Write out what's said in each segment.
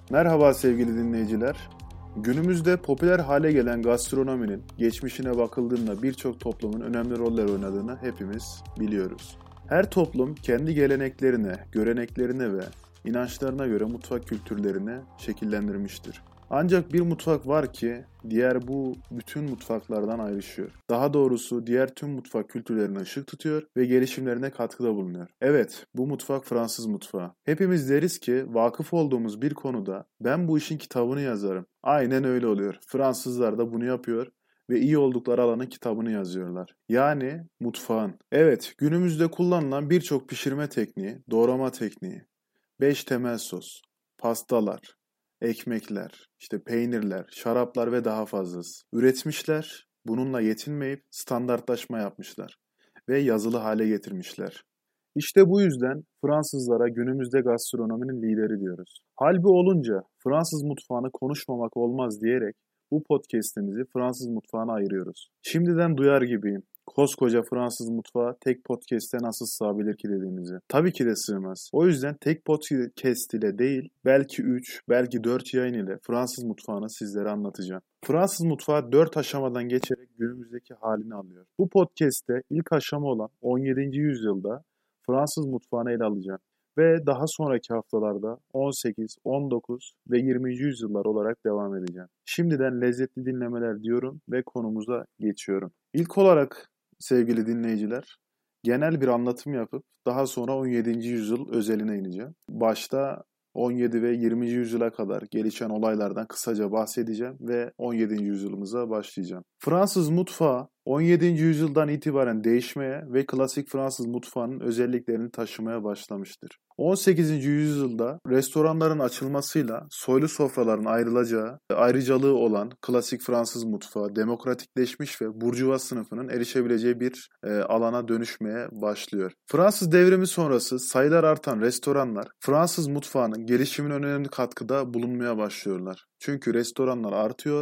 Merhaba sevgili dinleyiciler. Günümüzde popüler hale gelen gastronominin geçmişine bakıldığında birçok toplumun önemli roller oynadığını hepimiz biliyoruz. Her toplum kendi geleneklerine, göreneklerine ve inançlarına göre mutfak kültürlerini şekillendirmiştir. Ancak bir mutfak var ki diğer bu bütün mutfaklardan ayrışıyor. Daha doğrusu diğer tüm mutfak kültürlerine ışık tutuyor ve gelişimlerine katkıda bulunuyor. Evet, bu mutfak Fransız mutfağı. Hepimiz deriz ki vakıf olduğumuz bir konuda ben bu işin kitabını yazarım. Aynen öyle oluyor. Fransızlar da bunu yapıyor ve iyi oldukları alanın kitabını yazıyorlar. Yani mutfağın. Evet, günümüzde kullanılan birçok pişirme tekniği, doğrama tekniği, 5 temel sos, pastalar, ekmekler, işte peynirler, şaraplar ve daha fazlası. Üretmişler, bununla yetinmeyip standartlaşma yapmışlar ve yazılı hale getirmişler. İşte bu yüzden Fransızlara günümüzde gastronominin lideri diyoruz. Hal bu olunca Fransız mutfağını konuşmamak olmaz diyerek bu podcast'imizi Fransız mutfağına ayırıyoruz. Şimdiden duyar gibiyim. Koskoca Fransız mutfağı tek podcast'te nasıl sığabilir ki dediğinizi. Tabii ki de sığmaz. O yüzden tek podcast ile değil, belki 3, belki 4 yayın ile Fransız mutfağını sizlere anlatacağım. Fransız mutfağı 4 aşamadan geçerek günümüzdeki halini alıyor. Bu podcast'te ilk aşama olan 17. yüzyılda Fransız mutfağını ele alacağım ve daha sonraki haftalarda 18, 19 ve 20. yüzyıllar olarak devam edeceğim. Şimdiden lezzetli dinlemeler diyorum ve konumuza geçiyorum. İlk olarak sevgili dinleyiciler, genel bir anlatım yapıp daha sonra 17. yüzyıl özeline ineceğim. Başta 17 ve 20. yüzyıla kadar gelişen olaylardan kısaca bahsedeceğim ve 17. yüzyılımıza başlayacağım. Fransız mutfağı 17. yüzyıldan itibaren değişmeye ve klasik Fransız mutfağının özelliklerini taşımaya başlamıştır. 18. yüzyılda restoranların açılmasıyla soylu sofraların ayrıcalığı olan klasik Fransız mutfağı demokratikleşmiş ve burjuva sınıfının erişebileceği bir alana dönüşmeye başlıyor. Fransız devrimi sonrası sayılar artan restoranlar Fransız mutfağının gelişimine önemli katkıda bulunmaya başlıyorlar. Çünkü restoranlar artıyor,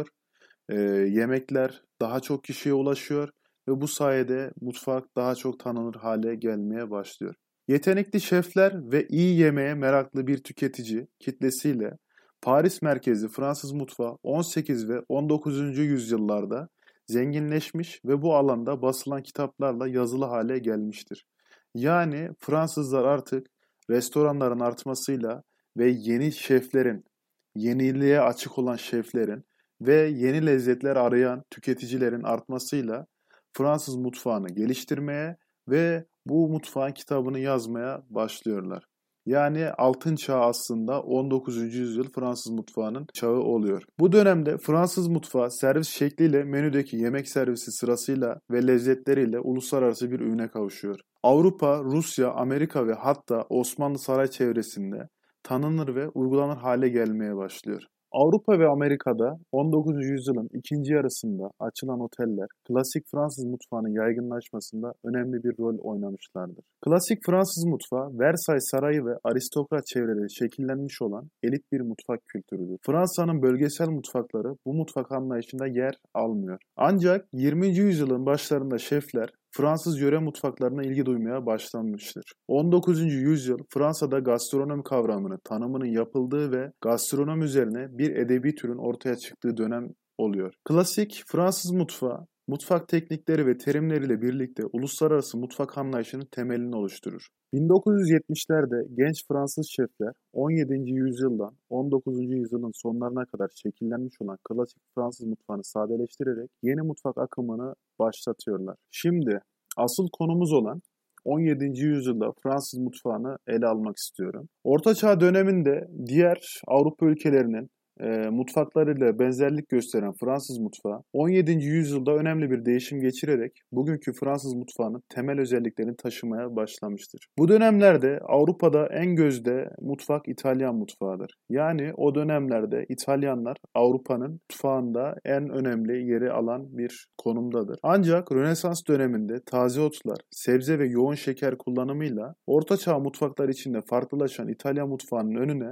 yemekler daha çok kişiye ulaşıyor ve bu sayede mutfak daha çok tanınır hale gelmeye başlıyor. Yetenekli şefler ve iyi yemeğe meraklı bir tüketici kitlesiyle Paris merkezli Fransız mutfağı 18 ve 19. yüzyıllarda zenginleşmiş ve bu alanda basılan kitaplarla yazılı hale gelmiştir. Yani Fransızlar artık restoranların artmasıyla ve yeni şeflerin, yeniliğe açık olan şeflerin ve yeni lezzetler arayan tüketicilerin artmasıyla Fransız mutfağını geliştirmeye ve bu mutfağın kitabını yazmaya başlıyorlar. Yani altın çağı aslında 19. yüzyıl Fransız mutfağının çağı oluyor. Bu dönemde Fransız mutfağı servis şekliyle menüdeki yemek servisi sırasıyla ve lezzetleriyle uluslararası bir üne kavuşuyor. Avrupa, Rusya, Amerika ve hatta Osmanlı saray çevresinde tanınır ve uygulanır hale gelmeye başlıyor. Avrupa ve Amerika'da 19. yüzyılın ikinci yarısında açılan oteller klasik Fransız mutfağının yaygınlaşmasında önemli bir rol oynamışlardır. Klasik Fransız mutfağı Versailles Sarayı ve aristokrat çevreleri şekillenmiş olan elit bir mutfak kültürüdür. Fransa'nın bölgesel mutfakları bu mutfak anlayışında yer almıyor. Ancak 20. yüzyılın başlarında şefler Fransız yöre mutfaklarına ilgi duymaya başlanmıştır. 19. yüzyıl Fransa'da gastronomi kavramını, tanımının yapıldığı ve gastronomi üzerine bir edebi türün ortaya çıktığı dönem oluyor. Klasik Fransız mutfağı, mutfak teknikleri ve terimleriyle birlikte uluslararası mutfak anlayışının temelini oluşturur. 1970'lerde genç Fransız şefler 17. yüzyıldan 19. yüzyılın sonlarına kadar şekillenmiş olan klasik Fransız mutfağını sadeleştirerek yeni mutfak akımını başlatıyorlar. Şimdi asıl konumuz olan 17. yüzyılda Fransız mutfağını ele almak istiyorum. Orta Çağ döneminde diğer Avrupa ülkelerinin mutfaklarıyla benzerlik gösteren Fransız mutfağı 17. yüzyılda önemli bir değişim geçirerek bugünkü Fransız mutfağının temel özelliklerini taşımaya başlamıştır. Bu dönemlerde Avrupa'da en gözde mutfak İtalyan mutfağıdır. Yani o dönemlerde İtalyanlar Avrupa'nın mutfağında en önemli yeri alan bir konumdadır. Ancak Rönesans döneminde taze otlar, sebze ve yoğun şeker kullanımıyla Orta Çağ mutfakları içinde farklılaşan İtalyan mutfağının önüne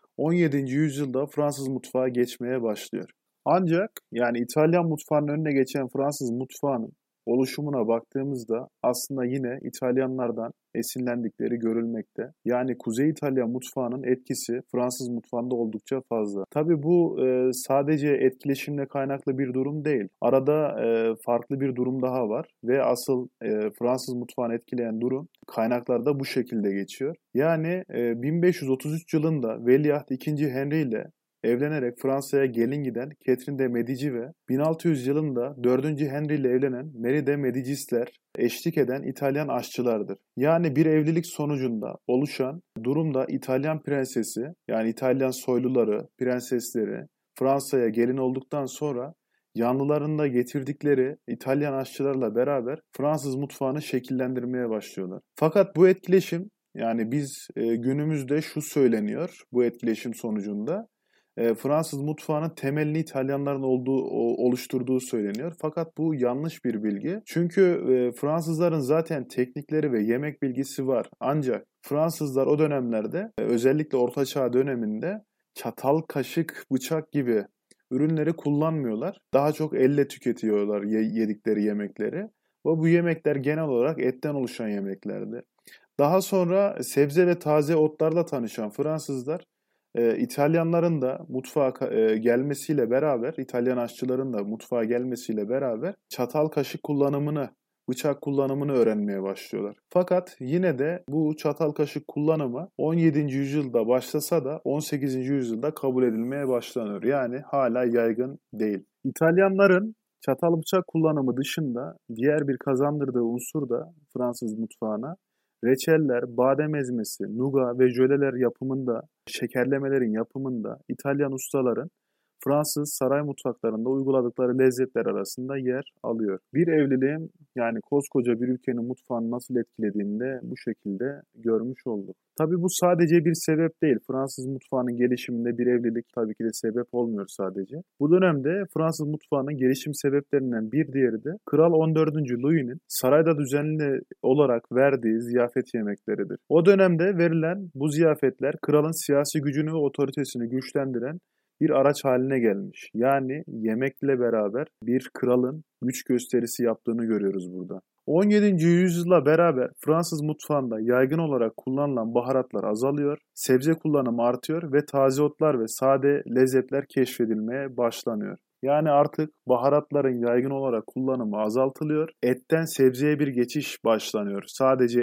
17. yüzyılda Fransız mutfağı geçmeye başlıyor. Ancak yani İtalyan mutfağının önüne geçen Fransız mutfağının oluşumuna baktığımızda aslında yine İtalyanlardan esinlendikleri görülmekte. Yani Kuzey İtalya mutfağının etkisi Fransız mutfağında oldukça fazla. Tabii bu sadece etkileşimle kaynaklı bir durum değil. Arada farklı bir durum daha var ve asıl Fransız mutfağını etkileyen durum kaynaklarda bu şekilde geçiyor. Yani 1533 yılında Veliaht II. Henry ile evlenerek Fransa'ya gelin giden Catherine de Medici ve 1600 yılında 4. Henry ile evlenen Mary de Medicis'ler eşlik eden İtalyan aşçılardır. Yani bir evlilik sonucunda oluşan durumda İtalyan prensesi, yani İtalyan soyluları, prensesleri Fransa'ya gelin olduktan sonra yanlılarında getirdikleri İtalyan aşçılarla beraber Fransız mutfağını şekillendirmeye başlıyorlar. Fakat bu etkileşim, yani biz günümüzde şu söyleniyor bu etkileşim sonucunda, Fransız mutfağının temelini İtalyanların oluşturduğu söyleniyor. Fakat bu yanlış bir bilgi. Çünkü Fransızların zaten teknikleri ve yemek bilgisi var. Ancak Fransızlar o dönemlerde, özellikle Orta Çağ döneminde çatal, kaşık, bıçak gibi ürünleri kullanmıyorlar. Daha çok elle tüketiyorlar yedikleri yemekleri. Ve bu yemekler genel olarak etten oluşan yemeklerdi. Daha sonra sebze ve taze otlarla tanışan Fransızlar, İtalyanların da mutfağa gelmesiyle beraber, İtalyan aşçıların da mutfağa gelmesiyle beraber çatal kaşık kullanımını, bıçak kullanımını öğrenmeye başlıyorlar. Fakat yine de bu çatal kaşık kullanımı 17. yüzyılda başlasa da 18. yüzyılda kabul edilmeye başlanıyor. Yani hala yaygın değil. İtalyanların çatal bıçak kullanımı dışında diğer bir kazandırdığı unsur da Fransız mutfağına reçeller, badem ezmesi, nuga ve jöleler yapımında, şekerlemelerin yapımında İtalyan ustaların Fransız saray mutfaklarında uyguladıkları lezzetler arasında yer alıyor. Bir evliliğin, yani koskoca bir ülkenin mutfağını nasıl etkilediğini de bu şekilde görmüş olduk. Tabii bu sadece bir sebep değil. Fransız mutfağının gelişiminde bir evlilik tabii ki de sebep olmuyor sadece. Bu dönemde Fransız mutfağının gelişim sebeplerinden bir diğeri de Kral 14. Louis'nin sarayda düzenli olarak verdiği ziyafet yemekleridir. O dönemde verilen bu ziyafetler kralın siyasi gücünü ve otoritesini güçlendiren bir araç haline gelmiş. Yani yemekle beraber bir kralın güç gösterisi yaptığını görüyoruz burada. 17. yüzyılla beraber Fransız mutfağında yaygın olarak kullanılan baharatlar azalıyor, sebze kullanımı artıyor ve taze otlar ve sade lezzetler keşfedilmeye başlanıyor. Yani artık baharatların yaygın olarak kullanımı azaltılıyor, etten sebzeye bir geçiş başlanıyor. Sadece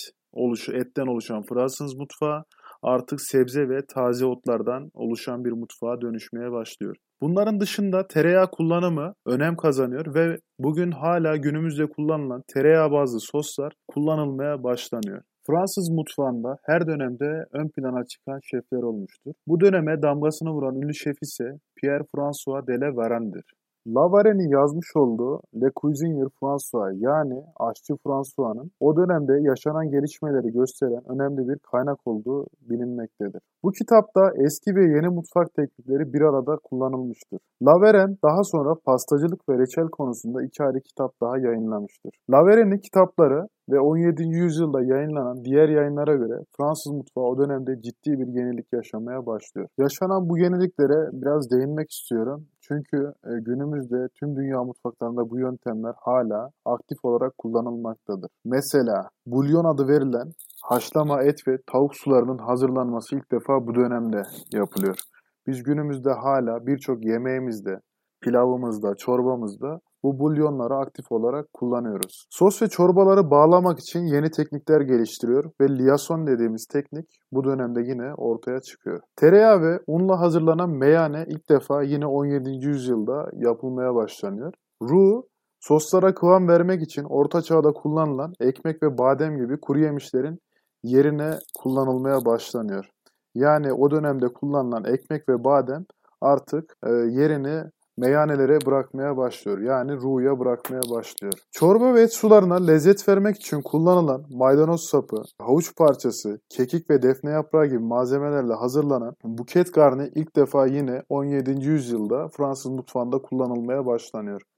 etten oluşan Fransız mutfağı artık sebze ve taze otlardan oluşan bir mutfağa dönüşmeye başlıyor. Bunların dışında tereyağı kullanımı önem kazanıyor ve bugün hala günümüzde kullanılan tereyağı bazlı soslar kullanılmaya başlanıyor. Fransız mutfağında her dönemde ön plana çıkan şefler olmuştur. Bu döneme damgasını vuran ünlü şef ise Pierre-François de La Varenne'dir. La Varrenne'in yazmış olduğu Le Cuisinier François, yani Aşçı François'nın o dönemde yaşanan gelişmeleri gösteren önemli bir kaynak olduğu bilinmektedir. Bu kitapta eski ve yeni mutfak teknikleri bir arada kullanılmıştır. La Varenne daha sonra pastacılık ve reçel konusunda 2 ayrı kitap daha yayınlamıştır. La Varenne'in kitapları ve 17. yüzyılda yayınlanan diğer yayınlara göre Fransız mutfağı o dönemde ciddi bir yenilik yaşamaya başlıyor. Yaşanan bu yeniliklere biraz değinmek istiyorum. Çünkü günümüzde tüm dünya mutfaklarında bu yöntemler hala aktif olarak kullanılmaktadır. Mesela bulyon adı verilen haşlama et ve tavuk sularının hazırlanması ilk defa bu dönemde yapılıyor. Biz günümüzde hala birçok yemeğimizde, pilavımızda, çorbamızda bu bulyonları aktif olarak kullanıyoruz. Sos ve çorbaları bağlamak için yeni teknikler geliştiriyor ve liaison dediğimiz teknik bu dönemde yine ortaya çıkıyor. Tereyağı ve unla hazırlanan meyane ilk defa yine 17. yüzyılda yapılmaya başlanıyor. Roux, soslara kıvam vermek için Orta Çağ'da kullanılan ekmek ve badem gibi kuru yemişlerin yerine kullanılmaya başlanıyor. Yani o dönemde kullanılan ekmek ve badem artık yerini meyhanelere bırakmaya başlıyor. Yani ruya bırakmaya başlıyor. Çorba ve et sularına lezzet vermek için kullanılan maydanoz sapı, havuç parçası, kekik ve defne yaprağı gibi malzemelerle hazırlanan buket garni ilk defa yine 17. yüzyılda Fransız mutfağında kullanılmaya başlanıyor.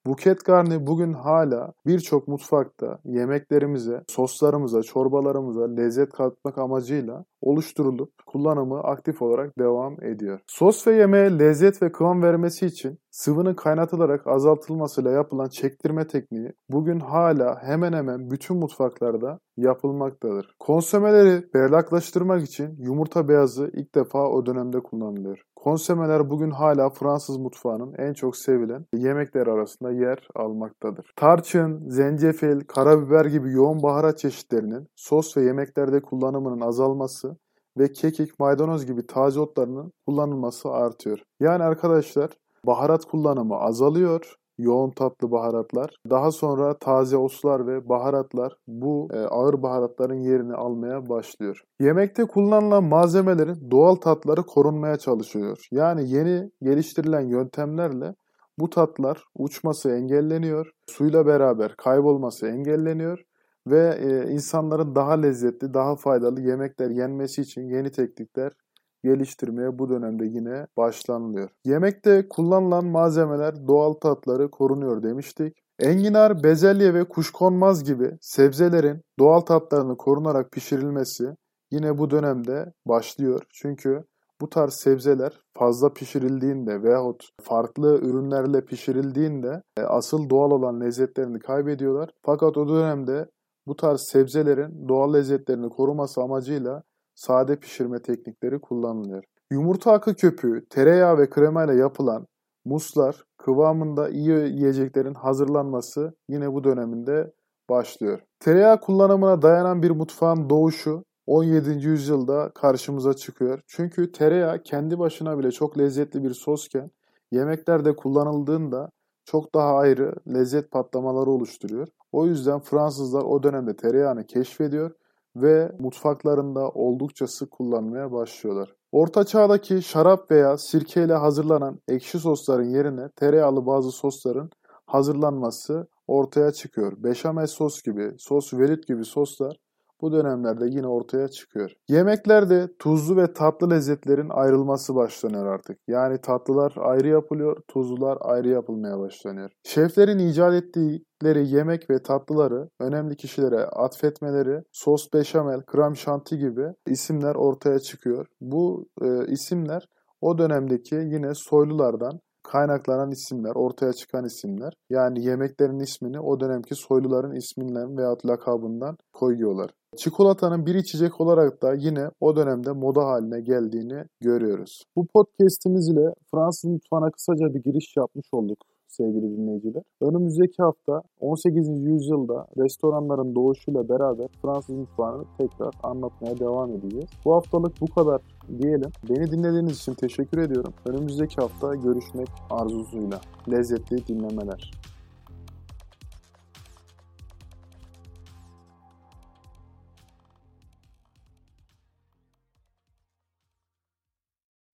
Buket garni bugün hala birçok mutfakta yemeklerimize, soslarımıza, çorbalarımıza lezzet katmak amacıyla oluşturulup kullanımı aktif olarak devam ediyor. Sos ve yemeğe lezzet ve kıvam vermesi için sıvının kaynatılarak azaltılmasıyla yapılan çektirme tekniği bugün hala hemen hemen bütün mutfaklarda yapılmaktadır. Konsomeleri berraklaştırmak için yumurta beyazı ilk defa o dönemde kullanılıyor. Konsomeler bugün hala Fransız mutfağının en çok sevilen yemekler arasında yer almaktadır. Tarçın, zencefil, karabiber gibi yoğun baharat çeşitlerinin sos ve yemeklerde kullanımının azalması ve kekik, maydanoz gibi taze otlarının kullanılması artıyor. Yani arkadaşlar baharat kullanımı azalıyor. Yoğun tatlı baharatlar. Daha sonra taze otlar ve baharatlar bu ağır baharatların yerini almaya başlıyor. Yemekte kullanılan malzemelerin doğal tatları korunmaya çalışıyor. Yani yeni geliştirilen yöntemlerle bu tatlar uçması engelleniyor. Suyla beraber kaybolması engelleniyor. Ve insanların daha lezzetli, daha faydalı yemekler yenmesi için yeni teknikler geliştirmeye bu dönemde yine başlanılıyor. Yemekte kullanılan malzemeler, doğal tatları korunuyor demiştik. Enginar, bezelye ve kuşkonmaz gibi sebzelerin doğal tatlarını korunarak pişirilmesi yine bu dönemde başlıyor. Çünkü bu tarz sebzeler fazla pişirildiğinde veyahut farklı ürünlerle pişirildiğinde asıl doğal olan lezzetlerini kaybediyorlar. Fakat o dönemde bu tarz sebzelerin doğal lezzetlerini koruması amacıyla sade pişirme teknikleri kullanılıyor. Yumurta akı köpüğü, tereyağı ve kremayla yapılan muslar kıvamında iyi yiyeceklerin hazırlanması yine bu döneminde başlıyor. Tereyağı kullanımına dayanan bir mutfağın doğuşu 17. yüzyılda karşımıza çıkıyor. Çünkü tereyağı kendi başına bile çok lezzetli bir sosken yemeklerde kullanıldığında çok daha ayrı lezzet patlamaları oluşturuyor. O yüzden Fransızlar o dönemde tereyağını keşfediyor ve mutfaklarında oldukça sık kullanmaya başlıyorlar. Orta çağdaki şarap veya sirkeyle hazırlanan ekşi sosların yerine tereyağlı bazı sosların hazırlanması ortaya çıkıyor. Beşamel sos gibi, sos velut gibi soslar bu dönemlerde yine ortaya çıkıyor. Yemeklerde tuzlu ve tatlı lezzetlerin ayrılması başlanıyor artık. Yani tatlılar ayrı yapılıyor, tuzlular ayrı yapılmaya başlanıyor. Şeflerin icat ettikleri yemek ve tatlıları önemli kişilere atfetmeleri, sos beşamel, krem şanti gibi isimler ortaya çıkıyor. Bu isimler o dönemdeki yine soylulardan kaynaklanan isimler, ortaya çıkan isimler. Yani yemeklerin ismini o dönemki soyluların isminden veyahut lakabından koyuyorlar. Çikolatanın bir içecek olarak da yine o dönemde moda haline geldiğini görüyoruz. Bu podcast'imiz ile Fransız mutfağına kısaca bir giriş yapmış olduk sevgili dinleyiciler. Önümüzdeki hafta 18. yüzyılda restoranların doğuşuyla beraber Fransız mutfağını tekrar anlatmaya devam edeceğiz. Bu haftalık bu kadar diyelim. Beni dinlediğiniz için teşekkür ediyorum. Önümüzdeki hafta görüşmek arzusuyla. Lezzetli dinlemeler.